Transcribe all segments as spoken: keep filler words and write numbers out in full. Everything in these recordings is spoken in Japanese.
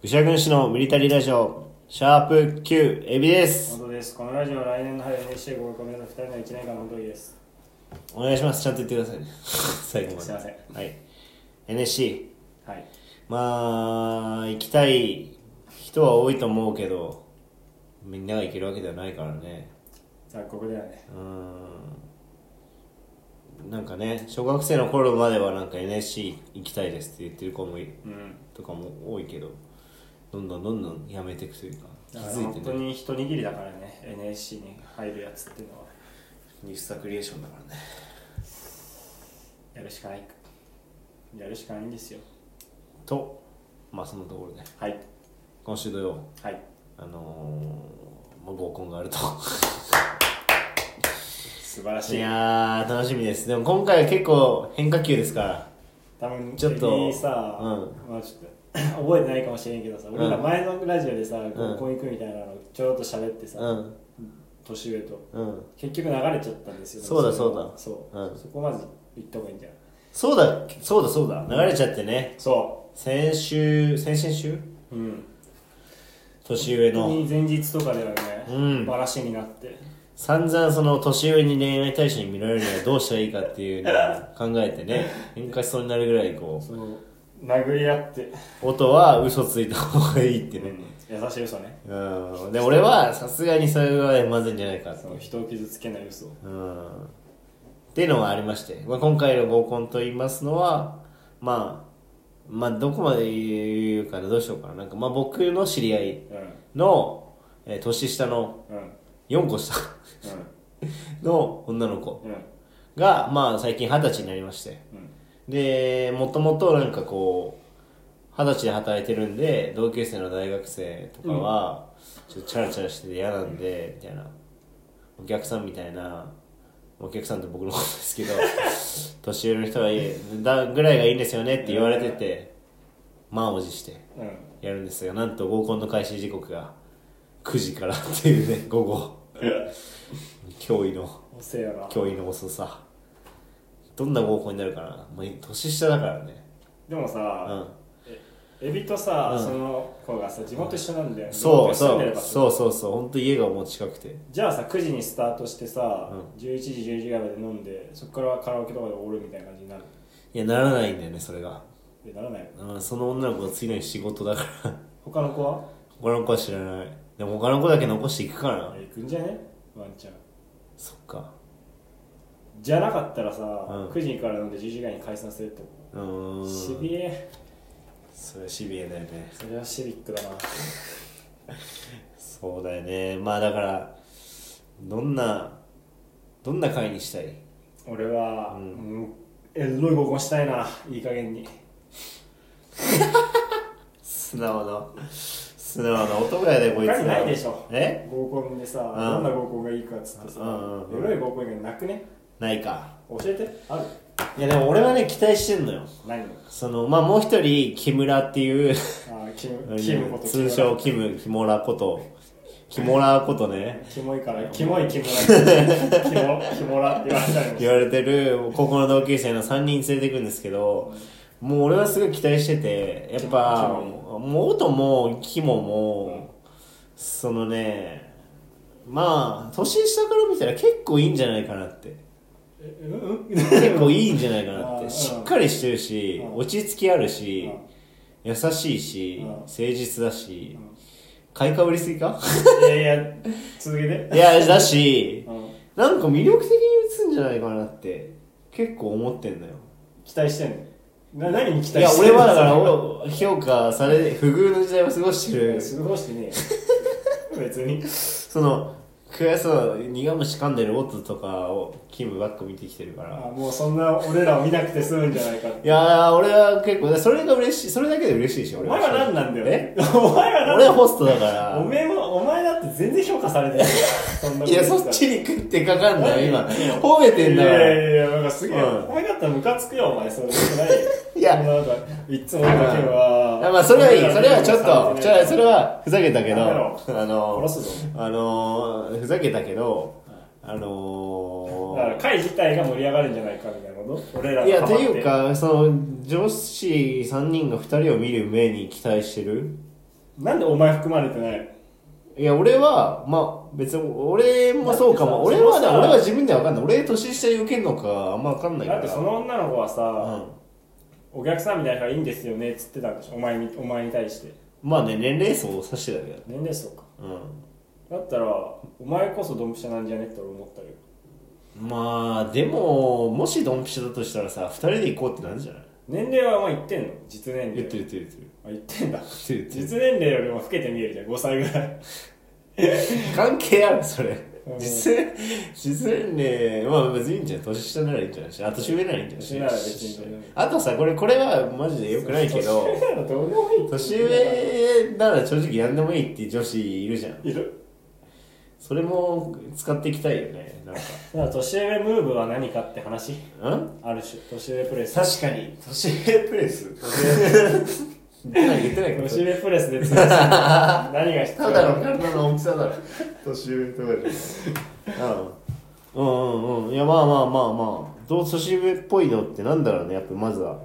牛田軍師のミリタリーラジオシャープきゅうエビです。 本当です。このラジオは来年の春 エヌエイチケーご 個目のふたりのいちねんかんの本当です。 お願いします。ちゃんと言ってくださいね最後まですいません。 はい エヌエスシはい。 ー まあ行きたい人は多いと思うけどみんなが行けるわけではないからね。 残酷だよね。 うーんなんかね小学生の頃まではなんか エヌエスシー 行きたいですって言ってる子もい、 うん、 とかも多いけどどんどんどんどんやめていくというか気だからづいてね本当に一握りだからね エヌエスシー に入るやつっていうのはニュースタクリエーションだからね。 やるしかないやるしかないんですよ。 とまあそのところではい今週土曜はいあのーまあ、合コンがあると素晴らしい。 いやー楽しみです。でも今回は結構変化球ですから多分ちょっとエビさ、 うんまあちょっと覚えてないかもしれんけどさ、俺ら前のラジオでさ、合コン行くみたいなのちょろっと喋ってさ、 うん年上とうん結局流れちゃったんですよ。 そうだそうだそう、 うんそこまず言った方がいいんじゃない。 そうだそうだそうだ流れちゃってね。 そ先週先々週う、うん、 年上の本当に前日とかではね、 うんバラシになって散々その年上に恋愛対象に見られるにはどうしたらいいかっていうのを考えてね喧嘩しそうになるぐらいこうそう殴り合って音は嘘ついた方がいいってね、 優しい嘘ね。 うんで俺はさすがにそれはまずいんじゃないかってそう人を傷つけない嘘。 うんっていうのがありまして、まあ、今回の合コンと言いますのはまあまあどこまで言うかなどうしようかななんかまあ僕の知り合いうんの、えー年下のうんよんこ下の女の子うんうんがまあ最近二十歳になりましてうんでもともとなんかこう二十歳で働いてるんで同級生の大学生とかはちょっとチャラチャラしてて嫌なんでみたいなお客さんみたいなお客さんって僕のことですけど年上の人がいいだぐらいがいいんですよねって言われてて満を持してうんやるんですがなんと合コンの開始時刻がくじからっていうね午後驚異の遅えよな。 驚異の遅さどんな合コンになるかな、まあ、年下だからね。 でもうさ、 んエビとさ、 うんその子がさ地元一緒なんだよね。 そう地元に住んそうでればさそうそうそう本当家がもう近くてじゃあさくじにスタートしてさ、 うじゅういちじじゅうじぐらいまで飲んでそこからカラオケとかでおるみたいな感じになる。 いやならないんだよねそれが、 えならないの。 うん、その女の子が次の日仕事だから他の子は他の子は知らない。でも他の子だけ残していくからな。 え行くんじゃねワンちゃん。 そっかじゃなかったらさ、 うんくじから飲んでじゅうじぐらいに解散するとうーんシビエ。 それはシビエだよね。 それはシビックだな。 そうだよね。まあだからどんなどんな会にしたい。 俺は、 うんうん、エロい合コンしたいないい加減に。 素直な素直な男やでこいつ他にないでしょ。 え合コンでさ、 んどんな合コンがいいかっつってさ、 うんうんうんエロい合コン以外なくね。 ないか。 教えて。ある。 いやでも俺はね期待してんのよ。 何。 そのまあもう一人木村っていうあキムキムこと通称キムキモラことキモラことねキモいからキモいキモラキモキモラって言われたりも言われてる高校の同級生のさんにん連れてくんですけど、もう俺はすごい期待しててやっぱもう音もキモもそのねまあ年下から見たら結構いいんじゃないかなって結構いいんじゃないかなってしっかりしてるし落ち着きあるし優しいし誠実だし買いかぶりすぎかいやいや続けて。 いやだしうんなんか魅力的に映んじゃないかなって結構思ってんだよ。 期待してんの。な何に期待してんの。 いや俺はだから俺評価され不遇の時代を過ごしてる過ごしてねえよ別に。 その悔しそう苦虫噛んでるオッズとかをキムばっか見てきてるからあもうそんな俺らを見なくて済むんじゃないかって。 いやー俺は結構それが嬉しいそれだけで嬉しいし俺お前は何なんだよ。 えお前は何俺はホストだからお前もお前だって全然評価されてないそんなこといやそっちに食ってかかんだよ今褒めてんだかいやらいやいやなんかすげえ、 うんお前だったらムカつくよお前それよくないよ。 いやそんななんかいつも言うだけはまあそれはいいそれはちょっとされてないそれはふざけたけどやめろあの殺すぞ。 あのー、ふざけたけどあのだから会自体が盛り上がるんじゃないかみたいなこと俺らー、いやとがハマっていうかその女子さんにんがふたりを見る目に期待してるなんでお前含まれてないの？ いや俺はまあ別に俺もそうかも。俺はね、俺は自分では分かんない。俺年下に受けるのかあんま分かんないから。 だってその女の子はさ、 うん、 お客さんみたいな人がいいんですよねっつってたんでしょ、お前に、お前に対して。 まあね、年齢層を指してたけど。 年齢層か。 うん。 だったらお前こそドンピシャなんじゃねって俺思ったけど。 まあでももしドンピシャだとしたらさ、ふたりで行こうってなんじゃない？ 年齢はお前言ってんの？実年齢。 言ってる言ってる言ってる。 あ、言ってんだ。 言ってる言ってる。 実年齢よりも老けて見えるじゃん、ごさいぐらい。 関係あるそれ。実年実年齢まあ別にいいんじゃない？年下ならいいんじゃないし、あ年上ならいいんじゃない？ 年上なら別に。 あとさ、これこれはマジでよくないけど、年上なら正直やんでもいいっていう女子いるじゃん。 いる。 それも使っていきたいよね。なんか。 だから年上ムーブは何かって話？ うん？ ある種年上プレス。 確かに年上プレス。言ってない言ってない。 年上プレスで通じる。何が必要？ ただの体の大きさだろ。年上とかで。うんうんうん。いやまあまあまあまあ。どう年上っぽいのってなんだろうね。やっぱまずは。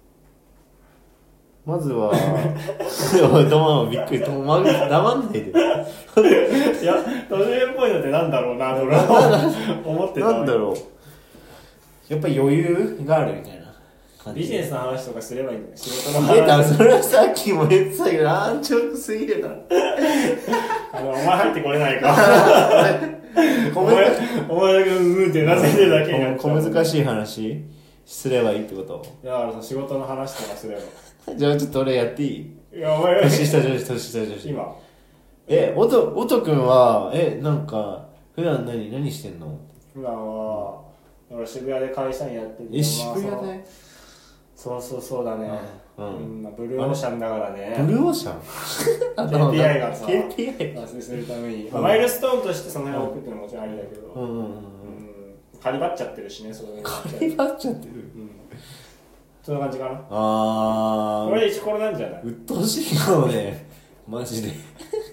まずは、おい、とまびっくり、とま黙んないで。 いや、年上っぽいのってなんだろうな、と俺は思ってた。 なんだろう。やっぱり余裕があるみたいな感じ。 ビジネスの話とかすればいいんだよ。仕事の話。 出た、それはさっきも言ってたけど、安直すぎるな。 あの、お前入ってこれないか。お前、お前だけうんってなぜてるだけになっちゃう。 小難しい話すればいいってこと？ いや、だから仕事の話とかすれば。 じゃあちょっと俺やっていい？ いや、お前年下女子、年下女子。 今。 え、おと、おとくんは、え、なんか、普段何、何してんの？ 普段は、俺渋谷で会社員やってて。 え、渋谷で？ そうそうそうだね。 うん。 うん、まあ、ブルーオーシャンだからね。 ブルーオーシャンケーピーアイ がさ、 ケーピーアイ達成するために、まあ、マイルストーンとしてその辺を置くっていうのはもちろんありだけど、 うんうんうん。 狩りばっちゃってるしね、そういうの。 狩りばっちゃってる。 うん。そんな感じかな。 あー。 これ一コロなんじゃない？ 鬱陶しいかもね。マジで。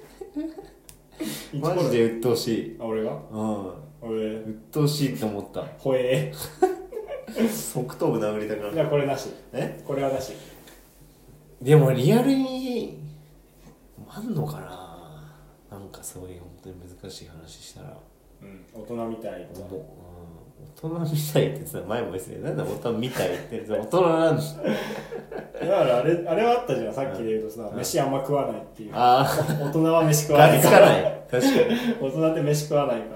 マジで鬱陶しい。 あ、俺が？ うん。 俺。 鬱陶しいって思った。 ほえー。側頭部殴りたくなる。 じゃあこれなし。 え？ これはなし。でもリアルに、あんのかな？なんかそういう本当に難しい話したら。 うん、大人みたいと。 うん、大人みたいってさ、前もですね、なんだ大人みたいって大人なんだ。 だからあれ、あれはあったじゃん、さっきで言うとさ、うん、飯あんま食わないっていう。 ああ。大人は飯食わないから。 がつかない。確かに。 大人って飯食わないから。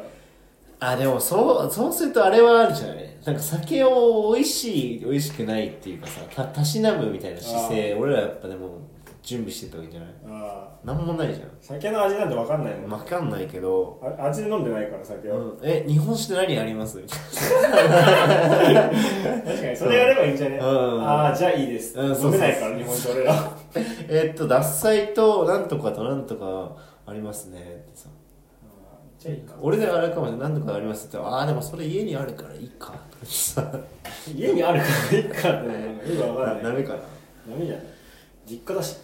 あ、でもそう、そうするとあれはあるじゃない。なんか酒を美味しい、美味しくないっていうかさ、た、たしなむみたいな姿勢、俺らやっぱでも準備してたわけじゃない。ああ。なんもないじゃん。 酒の味なんて分かんないもん。 分かんないけど。 あ、味で飲んでないから酒は。うん、 え、日本酒って何ありますみたいな。確かに、それやればいいんじゃね、うん、ああ、じゃあいいです。うん、飲めないから日本酒俺ら。 えっと、獺祭となんとかとなんとかありますねってさ。 じゃあいいか。 俺であれかもしれない。何とかありますって言ったら、ああ、でもそれ家にあるからいいか。とかさ。 家にあるからいいかってなんかよくわかんない。 ダメかな。 ダメじゃない。実家だし。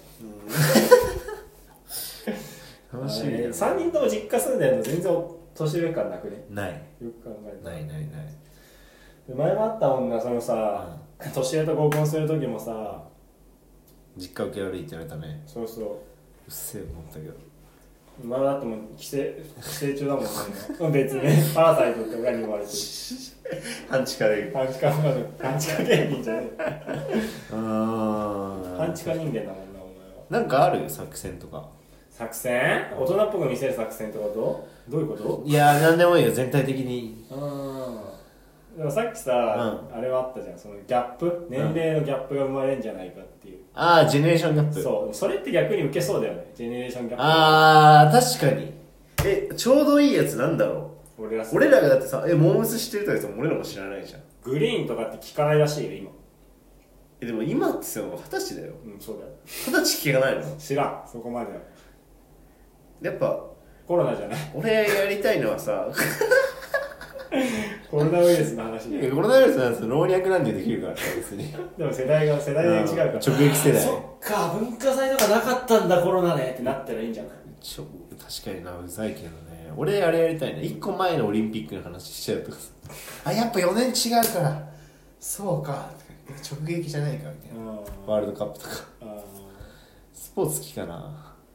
楽しみだね。 さんにんとも実家住んでるの全然年上感なくね？ ない。 よく考えたら。 ないないない。 前もあったもんな、そのさ、うん、年上と合コンする時もさ、 実家受け悪いって言われたね。 そうそう。うっせえ思ったけど。 まだだってもう寄生、寄生虫だもんね。別にね、パラサイトって親に言われてる。 半地下で。 半地下まで、半地下芸人じゃねえ。 あー。 半地下人間だもんな、お前は。 なんかある作戦とか。 作戦？大人っぽく見せる作戦ってこと？どういうこと？ いやー、なんでもいいよ、全体的に。 うん。でもさっきさ、うん、あれはあったじゃん、そのギャップ、年齢のギャップが生まれるんじゃないかっていう。 ああ、ジェネレーションギャップ。 そう、それって逆に受けそうだよね、ジェネレーションギャップ。 ああ、確かに。え、ちょうどいいやつなんだろう。俺ら俺らがだってさ、え、モームス知ってるとか言っても俺らも知らないじゃん。 グリーンとかって聞かないらしいよ、今。 え、でも今ってさ、二十歳だよ。 うん、そうだよ。 二十歳聞かないの？ 知らん、そこまでは。 やっぱ、 コロナじゃない？ 俺やりたいのはさ、 コロナウイルスの話ね。コロナウイルスの話、老若男女できるからさ、別に。 でも世代が、世代で違うから。直撃世代。 そっか、文化祭とかなかったんだ、コロナねってなったらいいんじゃない？ ちょ、確かにな、うざいけどね。俺あれやりたいね。一個前のオリンピックの話しちゃうとかさ。あ、やっぱよねん違うから。そうか。直撃じゃないか、みたいな。ワールドカップとか。スポーツ好きかな。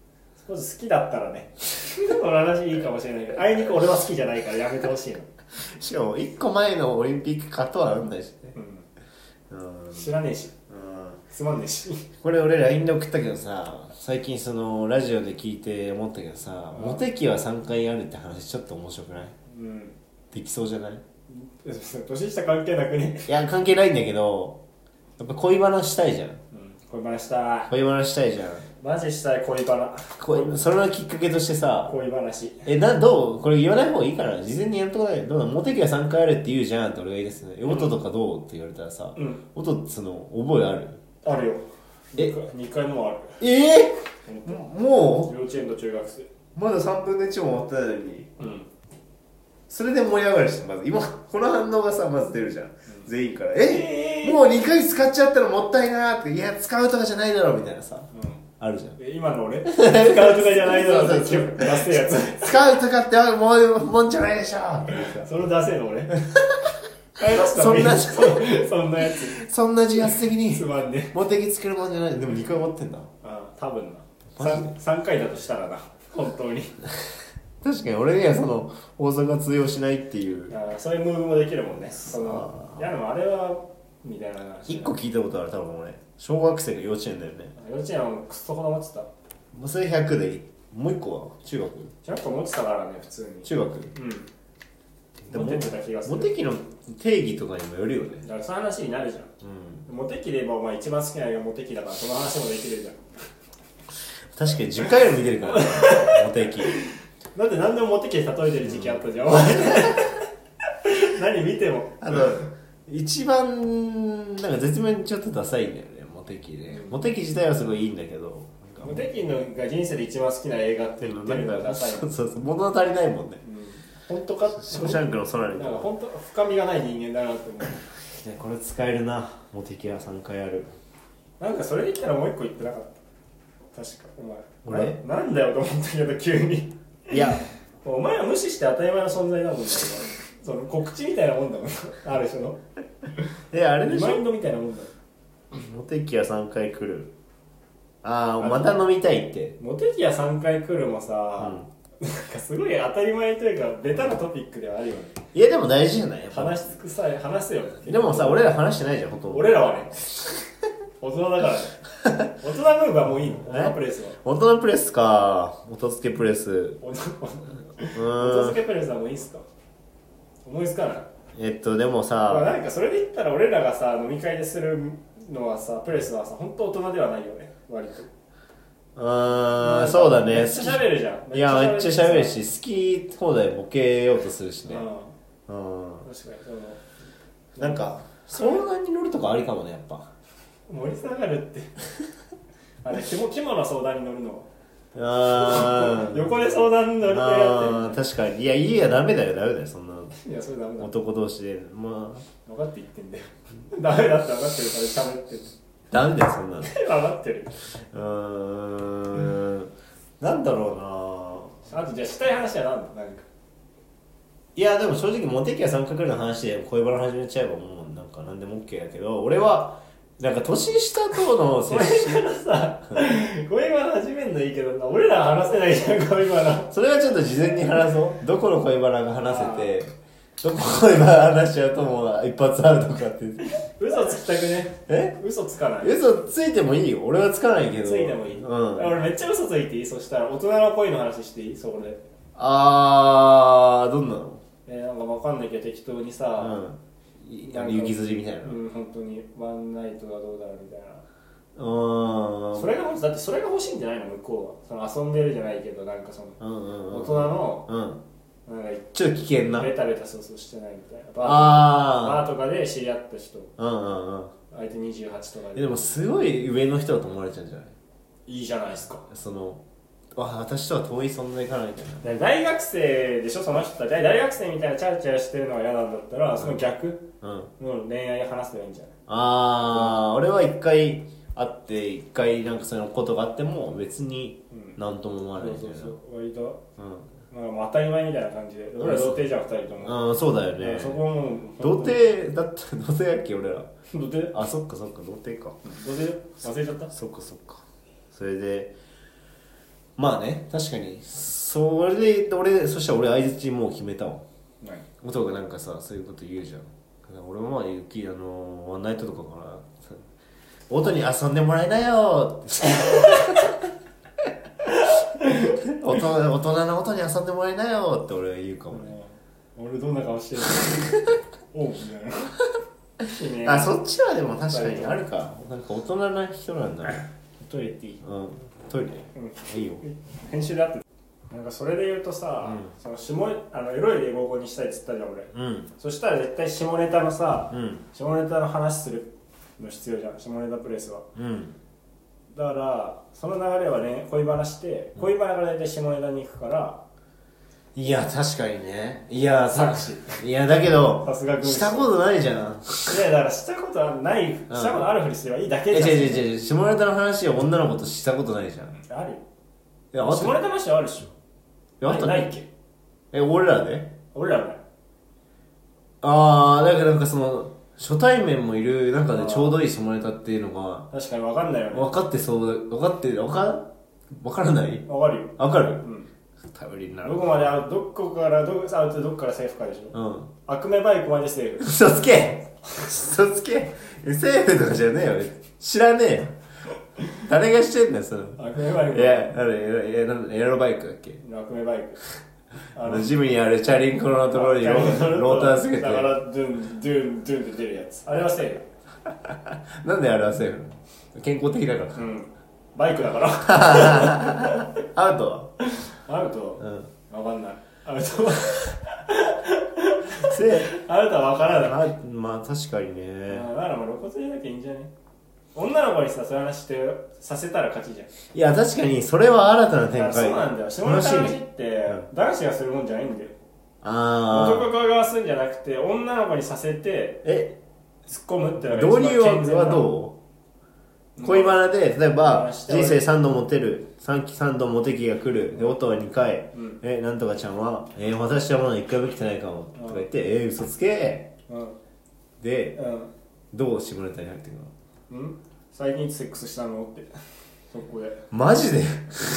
好きだったらねこの話いいかもしれないけど、あいにく俺は好きじゃないからやめてほしいの。 しかもいっこまえのオリンピックかとはなんないしね、 うんうん、知らねえし、うん、すまんねえし。 これ俺 ライン で送ったけどさ、最近そのラジオで聞いて思ったけどさ、モテ期はさんかいあるって話ちょっと面白くない？うん、できそうじゃない？ 年下関係なくね？ いや関係ないんだけど、やっぱ恋バナしたいじゃん、うん、 恋バナしたい恋バナしたいじゃん、 マジしたい。恋バナ、 恋それのきっかけとしてさ、 恋話、 えなどうこれ言わない方がいいから事前にやっとかない。どうだ、モテ期はさんかいあるって言うじゃんって俺が言いですね、うん、音とかどうって言われたらさ、うん、音ってその覚えある？ あるよ。 えにかいもある。 ええー、もう幼稚園と中学生まださんぶんのいちも終わってないのに、うん、それで盛り上がるし、まず今この反応がさまず出るじゃん、うん、全員からえ、えー、もうにかい使っちゃったらもったいなーって、いや使うとかじゃないだろみたいなさ、うん、あるじゃん。 え今の俺使うとかじゃないだろって出せえやつ使うとかってもうもんじゃないでしょそれ出せえの俺そんなそんなやつそんな自発的につまんねモテ期作るもんじゃない。でもにかい終わってんだ。 ああ多分な 3, さんかいだとしたらな本当に確かに俺にはその大阪が通用しないっていう、 あそういうムーブもできるもんね。そのいやでもあれはみたいないっこ聞いたことある。多分俺小学生が幼稚園だよね。 幼稚園はクソほど持ってた。もうそれひゃくでいい。もういっこは中学中学校持ってたからね普通に。 中学うんでもモテ期の定義とかにもよるよね。 だからその話になるじゃん、うん、モテ期で言えばお前一番好きな映画モテ期だからその話もできるじゃん確かにじゅっかいも見てるからねモテ期だって何でもモテ期で例えてる時期あったじゃん、うん、何見てもあの一番なんか絶妙にちょっとダサいんだよねモテ期で、うん、モテ期自体はすごいいいんだけど、 モテ期のが人生で一番好きな映画っていうのがダサい。 そうそうそう、物足りないもんね、 うん、本当かショーシャンクの空になんか本当深みがない人間だなって思うね、これ使えるな。モテ期はさんかいある。 なんかそれできたらもう一個言ってなかった。確かお前俺な, なんだよと思ったけど急にいやお前は無視して当たり前の存在だもんねその告知みたいなもんだもんある種のえあれでしょ、 リマインドみたいなもんだ。 モテ期はさんかい来る。ああまた飲みたいって。 モテ期はさんかい来るもさ、うん、なんかすごい当たり前というかベタなトピックではあるよね。 いやでも大事じゃない？ 話し尽くさえ話すよ。 でもさ俺ら話してないじゃんほとんど。 俺らはね大人だからね大人ムーブはもういいの？大人プレスは大人プレスか。音付けプレス音付けプレスはもういいっすか？思いつかない。 えっとでもさ、 なんかそれで言ったら俺らがさ飲み会でするのはさプレスはさ本当大人ではないよね割と。 うーんそうだね。 めっちゃ喋るじゃん。 いやめっちゃ喋るし好き放題ボケようとするしね。うん、うん、 確かにそのなんか相談に乗るとかありかもねやっぱ。 盛り下がるってあれ肝の相談に乗るのあ横で相談に乗るとやってる。確かにいやいいやダメだよダメだよそんな。 いやそれダメだ。 男同士でまあ分かって言ってんだよダメだって分かってるから喋ってる。 ダメだよそんなの分かってる。 うーんなんだろうなあ。とじゃあしたい話は何だ。何かいやでも正直モテ期は三角の話で恋バナ始めちゃえばもうなんか何でも OK だけど、俺はなんか年下との接し恋バナさ恋バナ始めんのいいけどな俺ら話せないじゃん恋バナ。 それはちょっと事前に話そうどこの恋バナが話せてどこの恋バナ話しちゃうともう一発アウトかって嘘つきたくね。 え嘘つかない。 嘘ついてもいいよ。俺はつかないけどついてもいい、うん、俺めっちゃ嘘ついていい。そしたら大人の恋の話していいそこで。 あーどんなの。 えー、なんかわかんないけど適当にさ、うん雪吊りみたいな。 うん本当にワンナイトがどうだろうみたいな。 うんそれがだってそれが欲しいんじゃないの向こうは。その遊んでるじゃないけどなんかその、うんうんうん、大人の、 うん、なんかちょっと危険なベタベタそうそうしてないみたいな。バーあバーとかで知り合った人、 うんうんうん、 相手にじゅうはちとかで。 でもすごい上の人だと思われちゃうんじゃない。 いいじゃないですか。そのあ私とは遠い存在かなみたいな。 大学生でしょその人たち。大学生みたいなチャラチャラしてるのが嫌なんだったら、うん、その逆の恋愛話せばいいんじゃない。 ああ、俺は一回会って一回なんかそのことがあっても別に何とも思わないみたいな。 そうそうそう割と、うん、なんかもう当たり前みたいな感じで。俺ら童貞じゃんふたりとも。 ああそうだよね。 そこも童貞だった童貞やっけ俺ら。 童貞。 あそっかそっか童貞か。 童貞忘れちゃった。 そっかそっか。それでまあね確かにそれで俺そしたら俺相づちもう決めたわ。音がなんかさそういうこと言うじゃん。俺もまあ雪あのワンナイトとかから音に遊んでもらいなよ大人大人の音に遊んでもらいなよって俺は言うかもね。 俺どんな顔してるのおうみたいなあそっちはでも確かにあるか。なんか大人な人なんだね。 トイレっていい？ うんトイレ、うん、いいよ。 編集であってなんかそれで言うとさ、うん、その下あのエロい英語にしたいっつったじゃん俺、うん、そしたら絶対下ネタのさ、うん、下ネタの話するの必要じゃん下ネタプレイスは、うん、だからその流れはね恋バナして恋バナから大体下ネタに行くから、 いや確かにね。いやさいやだけどさすがしたことないじゃん。いやだからしたことない、うん、したことあるふりすればいいだけじゃん。 え違う違う違う下ネタの話は女の子としたことないじゃん。 あるよ。いや下ネタの話はあるでしょ。 あったないっけ？ え俺らで？ 俺らね。 ああだからなんかその初対面もいる中でちょうどいい下ネタっていうのが確かに分かんないよね。 分かってそう分かって分か分からない？ 分かるよ。 分かる？うん。頼りになる。 どこまでどこからどアウトどこからセーフかでしょ。うん。悪名バイクまでセーフ。 嘘つけ。嘘つけ。セーフとかじゃねえよ。知らねえよ。誰がしてんだよそれ。 悪名バイク。 いやあれエロバイクだっけ？ 悪名バイク。 あのジムにあるチャリンコのところにローターつけて。 だからドゥンドゥンドゥンって出るやつ。あれはセーフ。なんであれはセーフ？健康的だから。 うん。バイクだから。 アウトは？ アウト？うん。わかんない。アウトはアウトはわからない。 まあ確かにね。 だからもう露骨にだけいいんじゃね？女の子にさそういう話してさせたら勝ちじゃん。 いや確かにそれは新たな展開。 そうなんだよ。下ネタ話って男子がするもんじゃないんだよ。ああ。男がするんじゃなくて女の子にさせてえ突っ込むってのが一番導入はどう？恋バナで例えば人生さんどモテるさんどモテ期が来るで音はにかい、うん、えなんとかちゃんはえー、私はまだいっかいも来てないかも、うん、とか言ってえー、嘘つけ、うん、で、うん、どう下ネタに入ってくの？うん最近セックスしたのってそこでマジで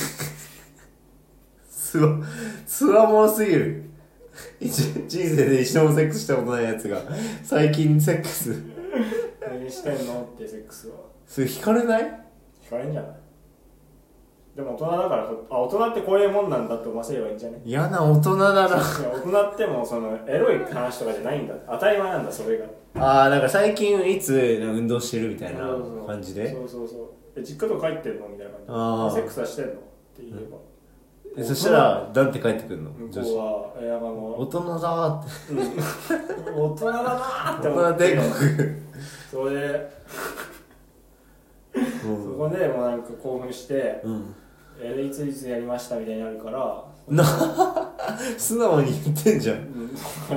つわつわものすぎる人生で一度もセックスしたことないやつが最近セックス何してんのってセックスはそれ惹かれない？ 惹かれんじゃない？でも大人だからあ大人ってこういうもんなんだって思わせればいいんじゃね？ 嫌な大人だな。大人ってもそのエロい話とかじゃないんだ当たり前なんだそれが。 ああだから最近いつ運動してるみたいな感じで。 そうそうそう実家とか帰ってんのみたいな感じでセックスはしてんのって言えば、 うん、そしたらなんて帰ってくるの？ 向こうはえー、あの大人だーって、 うん、大人だなーって思って大人帝国それで、うん、そこでもうなんか興奮して、うんえー、いついつやりましたみたいになるからな素直に言ってんじゃん、うん、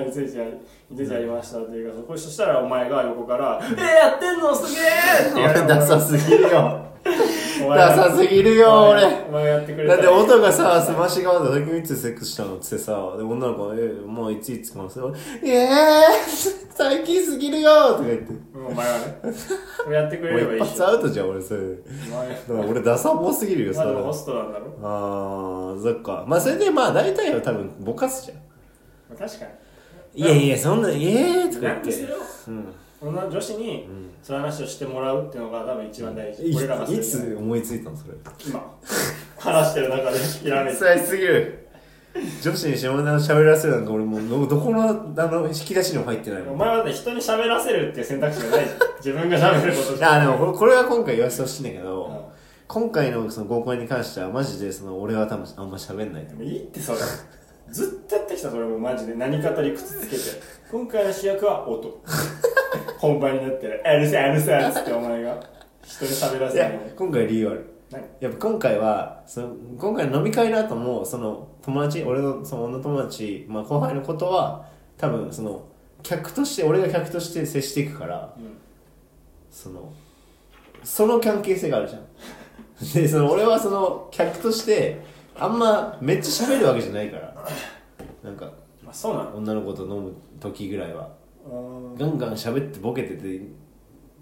いついつやりいついつやりましたっていうかそこそしたらお前が横から「えー、やってんのすげー!」って言われてダサすぎるよダサすぎるよ俺お前やってくれただって音がさスマッシュ側で最近いつセックスしたのってさで女の子が「えー、もういついつかもする」「えー最近すぎるよ!」とか言ってお前はねそれやってくれればいいし一発アウトじゃん俺それ俺ダサボすぎるよそれまだホストなんだろあーそっかまあそれでまあ大体は多分ぼかすじゃん、まあ、確かにいやいやそんな「えー!」とか言って女の女子にそういう話をしてもらうっていうのが多分一番大事、うん、 俺らがいつ思いついたのそれ今話してる中でひらめいて伝えすぎる女子に下ネタ喋らせるなんか俺もうどこのあの引き出しにも入ってないもん。 お前はね人に喋らせるっていう選択肢がないじゃん自分が喋ることじゃあでもこれは今回言わせてほしいんだけど、うん、今回のその合コンに関してはマジでその俺は多分あんま喋んないと思う。 いいってそれずっとやってきたそれもマジで何かと理屈つけて今回の主役は音本番になってる「あるさあるさ」っつってお前が人に喋らせない。いや今回理由ある。やっぱ今回はその今回の飲み会の後もその友達俺のその女友達、まあ、後輩のことは多分その客として俺が客として接していくから、うん、そのその関係性があるじゃんでその俺はその客としてあんまめっちゃ喋るわけじゃないからなんかあそうなの女の子と飲む時ぐらいはガンガン喋ってボケてて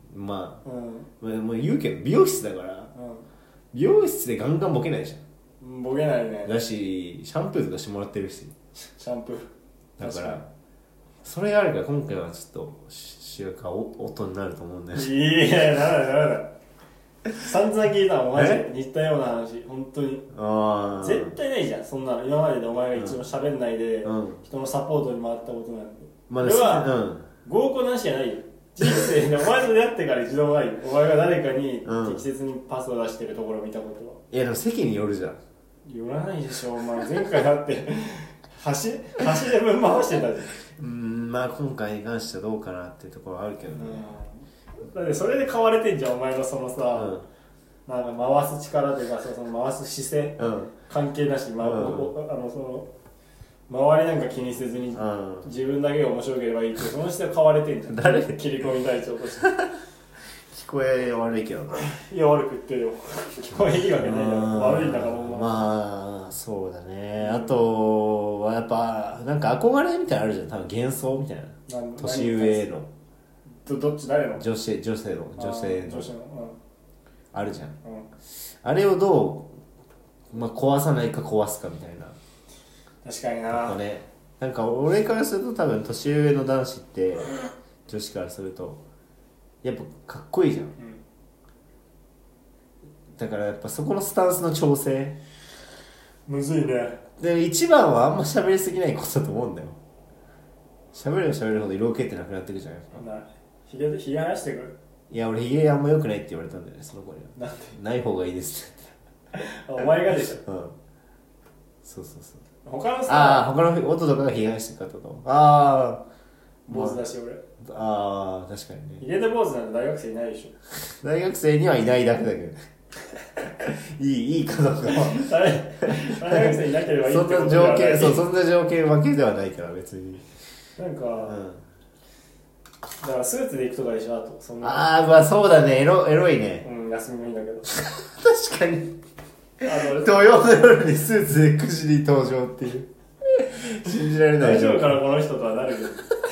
まあ、うん、もう言うけど美容室だから、うん、美容室でガンガンボケないじゃん。 ボケないね。 だしシャンプーとかしてもらってるし、 シャンプーだからそれがあるから今回はちょっと主役は音になると思うんだよね。 いやならなら散々聞いたもんマジで似たような話本当に。あ絶対ないじゃんそんなの。今まででお前が一番喋んないで、うん、人のサポートに回ったことなんて、まあ、俺は、うん、合コンなしじゃないよ。人生でお前と出会ってから一度もないよ。お前が誰かに適切にパスを出してるところを見たことは、 うん、いやでも席によるじゃん。 寄らないでしょお前。前回だって橋橋で分回してたじゃん。うんまあ今回に関してはどうかなっていうところはあるけどね。 だってそれで買われてんじゃんお前のそのさ、うん、なんか回す力というかその回す姿勢、うん、関係なし、まあうん、あのその周りなんか気にせずに、うん、自分だけが面白ければいいってその人は買われてんじゃん。誰切り込み隊長として聞こえ悪いけどね。 いや悪く言ってるよ聞こえいいわけないだろ。悪いんだからもう。 まあそうだね。あとはやっぱなんか憧れみたいなのあるじゃん多分幻想みたいな。年上のど, どっち誰の女性女性の女性の、 女性の、うん、 あるじゃん、 うん、 あれをどう、まあ、壊さないか壊すかみたいな。 確かにな。 ね、なんか俺からすると多分年上の男子って女子からするとやっぱかっこいいじゃん、うん、だからやっぱそこのスタンスの調整むずいね。 で一番はあんま喋りすぎないことだと思うんだよ。喋れば喋るほど色気ってなくなってくじゃないですか。 なひげひげ生やしてくる。 いや俺ひげあんま良くないって言われたんだよねその子には。なんでない方がいいですってお前がでしょ。うんそうそうそう。 他のさああ他の音とかがひげ生やしてるかったと。ああ坊主だし俺。 ああ確かにね。 ひげで坊主なんて大学生いないでしょ。大学生にはいないだけだけどいいいい家族が大学生いなければいいってことではない。そんな条件そうそんな条件分けではないから別に。 なんか、うん、だからスーツで行くとかでしょ。あとそんなああまあそうだね。エロエロいね。 うん休みの日だけど確かに土曜の夜にスーツでくじに登場っていう信じられない。 大丈夫かなこの人とはなるけど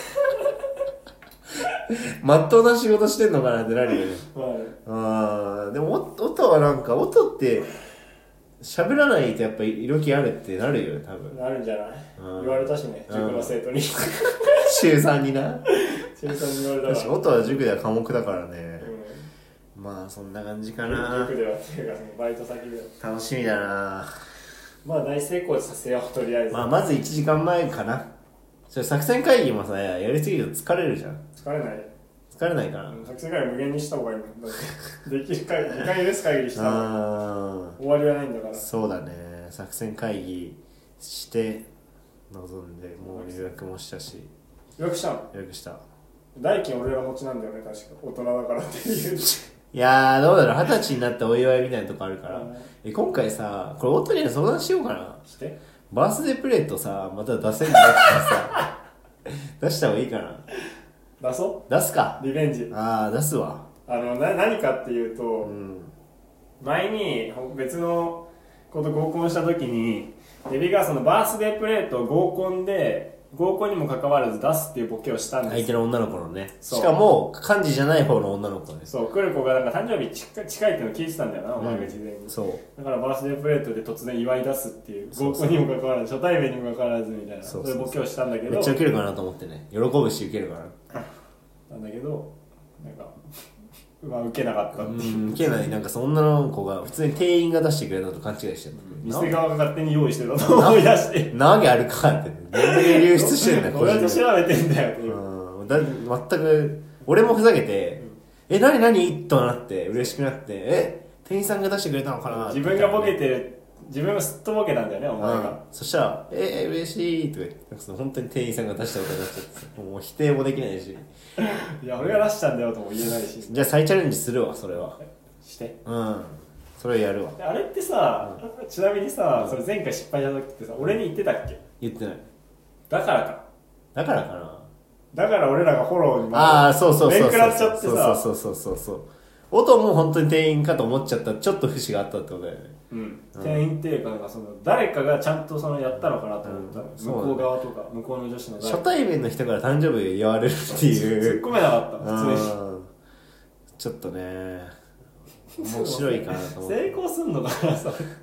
まっとうな仕事してんのかなってなるよね、 はい、 あでも音はなんか音って喋らないとやっぱり色気あるってなるよ多分。 なるんじゃない。言われたしね塾の生徒に週さんにな週さんに言われたから。 確か音は塾では科目だからね、うん、まあそんな感じかな。 塾ではっていうかバイト先では。 楽しみだな。 まあ大成功させようとりあえず、 まあ、まずいちじかんまえかな。それ作戦会議もさやりすぎると疲れるじゃん。 疲れない。 疲れないかな。 作戦会議無限にした方がいいもん。だってできる会議時間許す会議した方が終わりはないんだから。 そうだね。作戦会議して臨んでもう予約もしたし。 予約したの？ 予約した。 代金俺が持ちなんだよね確か。大人だからっていういやーどうだろう。二十歳になってお祝いみたいなとこあるから、うん、え今回さこれ音には相談しようかな。 してバースデープレートさまた出せるんだったらさ出した方がいいかな。 出そう。 出すか。 リベンジ。 ああ出すわ。 あのな何かっていうと、うん、前に別の子と合コンした時にエビがそのバースデープレートを合コンで合コンにもかかわらず出すっていうボケをしたんです。 相手の女の子のね。しかも幹事じゃない方の女の子です。 そう来る子がなんか誕生日近い近いっていうのを聞いてたんだよな、うん、お前が事前に。そうだからバースデープレートで突然祝い出すっていう合コンにもかかわらず初対面にもかかわらずみたいなそういうボケをしたんだけどめっちゃウケるかなと思ってね。喜ぶしウケるかななんだけどなんかまあウケなかったっていう。 うんウケない。なんかその女の子が普通に店員が出してくれたと勘違いしてた。 店側が勝手に用意してたと思い出してなわけあるかって何で流出してんだよ俺と調べてんだよっていう。 うんだ全く俺もふざけて、うん、え何何となって嬉しくなってえ店員さんが出してくれたのかなって自分がボケてる自分がすっとぼけなんだよねお前が、うん、 そしたらえー、嬉しいとか言ってその本当に店員さんが出したことになっちゃってもう否定もできないしいや俺が出したんだよとも言えないしじゃあ再チャレンジするわそれはしてうんそれやるわ。 あれってさ、うん、ちなみにさ、うん、それ前回失敗した時ってさ俺に言ってたっけ。 言ってないだからかだからかな。 だから俺らがフォローにああそうそうそうそう面食らっちゃってさそうそうそうそうそう音も本当に店員かと思っちゃったちょっと節があったってことだよね。 うん、うん、店員っていうかなんかその誰かがちゃんとそのやったのかなと思った、うん、向こう側とか向こうの女子の初対面の人から誕生日言われるっていう突っ込めなかった普通にちょっとね面白いかなと思って成功すんのかなそれ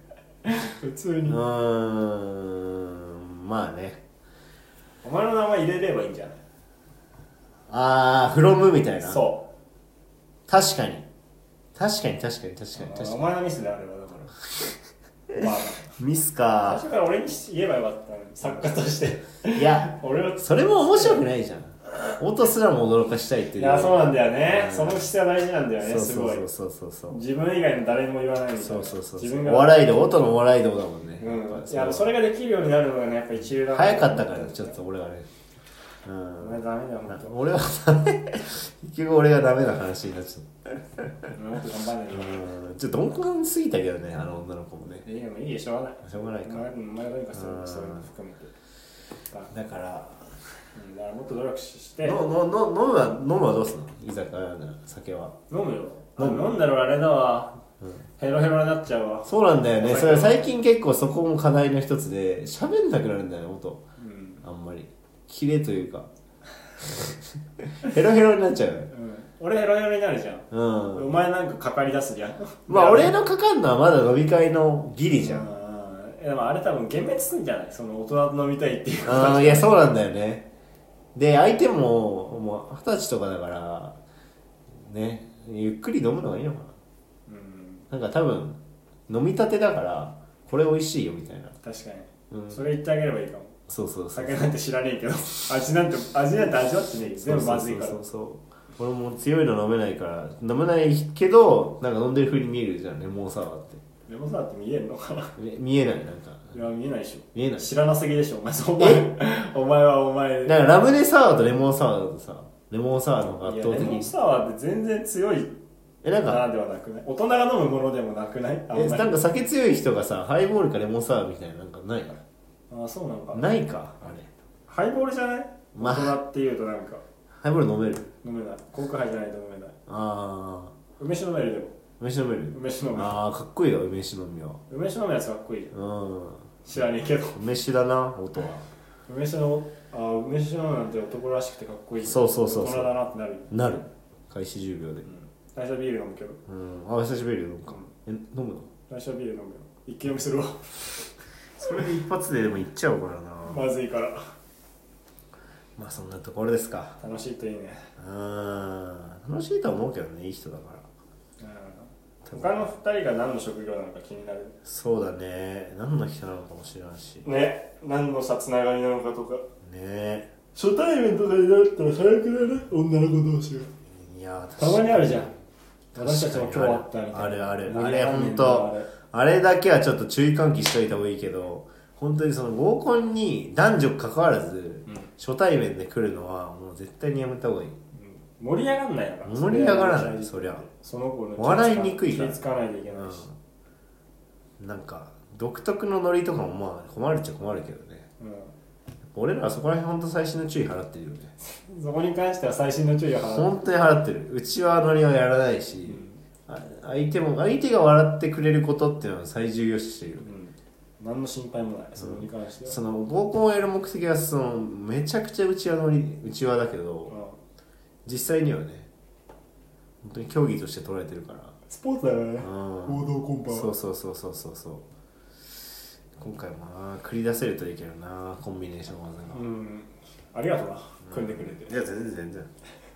普通にうーんまあねお前の名前入れればいいんじゃないあー from みたいなそう確かに確かに確かに確かに確かにお前のミスであればだからまあミスか最初から俺に言えばよかったのに作家としていや俺はそれも面白くないじゃん音すらも驚かしたいっていういやそうなんだよね、 うん、 その姿勢は大事なんだよねすごいそうそうそうそう自分以外の誰にも言わないみたいなそうそうそう自分がお笑い道音のお笑い道だもんね、 うん、 やっぱいやそれができるようになるのがねやっぱ一流だ早かったからちょっと俺はねうんお前ダメだよ本当俺はダメ結局俺がダメな話になっちゃったもっと頑張んないとうんちょっと鈍感すぎたけどねあの女の子もねいいよいいよしょうがないしょうがないかお前お前がどうにかするそういうの含めてだからうんだからもっと努力してののの飲むは飲むはどうすんの居酒屋なら酒は飲むよ飲む飲んだらあれだわ、うん、ヘロヘロになっちゃうわそうなんだよねそれ最近結構そこも課題の一つで喋んなくなるんだよね音、うん、あんまりキレというかヘロヘロになっちゃう、うん、 俺ヘロヘロになるじゃん、うん、お前なんかかかり出すじゃんまあ俺のかかんのはまだ飲み会のギリじゃん、 うん、でもあれ多分幻滅すんじゃないその大人と飲みたいっていうあいやそうなんだよねで相手ももう二十歳とかだからねゆっくり飲むのがいいのかな、うん、なんか多分飲みたてだからこれ美味しいよみたいな確かに、うん、それ言ってあげればいいかもそうそうそう酒なんて知らねえけど味なんて味なんて味わってねえ全部まずいからそうそうそう俺も強いの飲めないから飲めないけどなんか飲んでる風に見えるじゃんレモンサワーってレモンサワーって見えるのかな見えないなんかいや見えないでしょ見えない知らなすぎでしょお前お前お前はお前だからラムネサワーとレモンサワーだとさレモンサワーの方が圧倒的にレモンサワーって全然強いえなんかではなくない大人が飲むものでもなくないえなんか酒強い人がさハイボールかレモンサワーみたいななんかないああそうなのかないかあれハイボールじゃない、まあ、大人っていうとなんかハイボール飲める飲めないコークハイじゃないと飲めないああ梅酒飲めるでも梅酒飲める梅酒飲めるああかっこいいよ梅酒飲みは梅酒飲むやつかっこいいうん知らねえけど梅酒だな音は梅酒のああ梅酒飲むなんて男らしくてかっこいいそうそうそうそう大人だなってなるなる開始じゅうびょうで、うん、 最初ビール飲むけどうんあ久しぶりに飲むか、うん、え飲むの最初ビール飲むよ一気飲みするわそれで一発ででもいっちゃうからなまずいからまあそんなところですか楽しいといいねうん楽しいと思うけどねいい人だから他のふたりが何の職業なのか気になるそうだね何の人なのかもしれないしね何のさつながりなのかとかね初対面とかになったら最悪だね女の子同士がいやたまにあるじゃん私たちも今日あったみたいなあるあるあれ本当あれだけはちょっと注意喚起しといた方がいいけど本当にその合コンに男女関わらず、うん、初対面で来るのはもう絶対にやめた方がいい、うん、盛り上がんないのか盛り上がらないそりゃその子の笑いにくいから気使わないといけないし、うん、なんか独特のノリとかもまあ困るっちゃ困るけどね、うん、俺らはそこら辺本当細心の注意払ってるよねそこに関しては細心の注意を払ってる本当に払ってるうちはノリはやらないし、うん、相手も相手が笑ってくれることっていうのは最重要視してるよね、うん、何の心配もないそれに関しては、うん、その合コンをやる目的はそのめちゃくちゃうちわのうちわだけど、うん、実際にはね本当に競技として捉えてるからスポーツだよね、うん、合同コンパそうそうそうそうそうそう今回もな繰り出せるといいけどなコンビネーション技がうんありがとうな、うん、組んでくれていや全然全然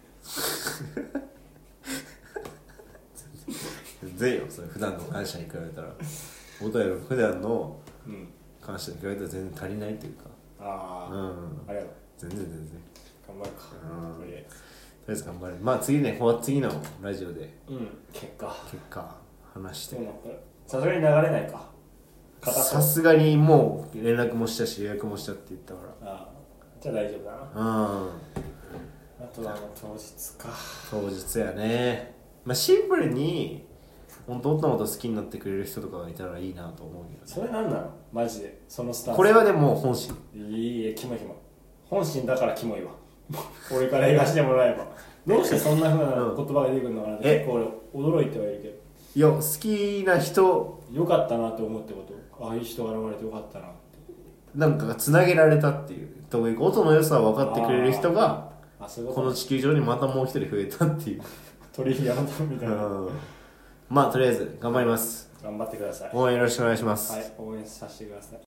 全然よそれ普段の感謝に比べたら元より普段の感謝に比べたら全然足りないというかああ、うん、ありがとう全然全然頑張るか、うん、とりあえずとりあえず頑張るまあ次ね次のラジオで、うん、結果結果話してさすがに流れないかさすがにもう連絡もしたし予約もしたって言ったからああじゃあ大丈夫だなうんあとはもう当日か当日やねまあシンプルに本当のこと好きになってくれる人とかがいたらいいなと思うけど、ね、それなんなのマジでそのスタンスこれはでも本心いいえキモキモ本心だからキモいわ俺から言わしてもらえばどうしてそんな風な言葉が出てくるのかなって結構俺驚いてはいるけどいや好きな人よかったなって思ってことああいう人が現れてよかったなってなんかつなげられたっていうというか音の良さを分かってくれる人がこの地球上にまたもう一人増えたっていう取引やめたみたいな、うん、まあとりあえず頑張ります頑張ってください。 応援よろしくお願いします。 はい、応援させてください。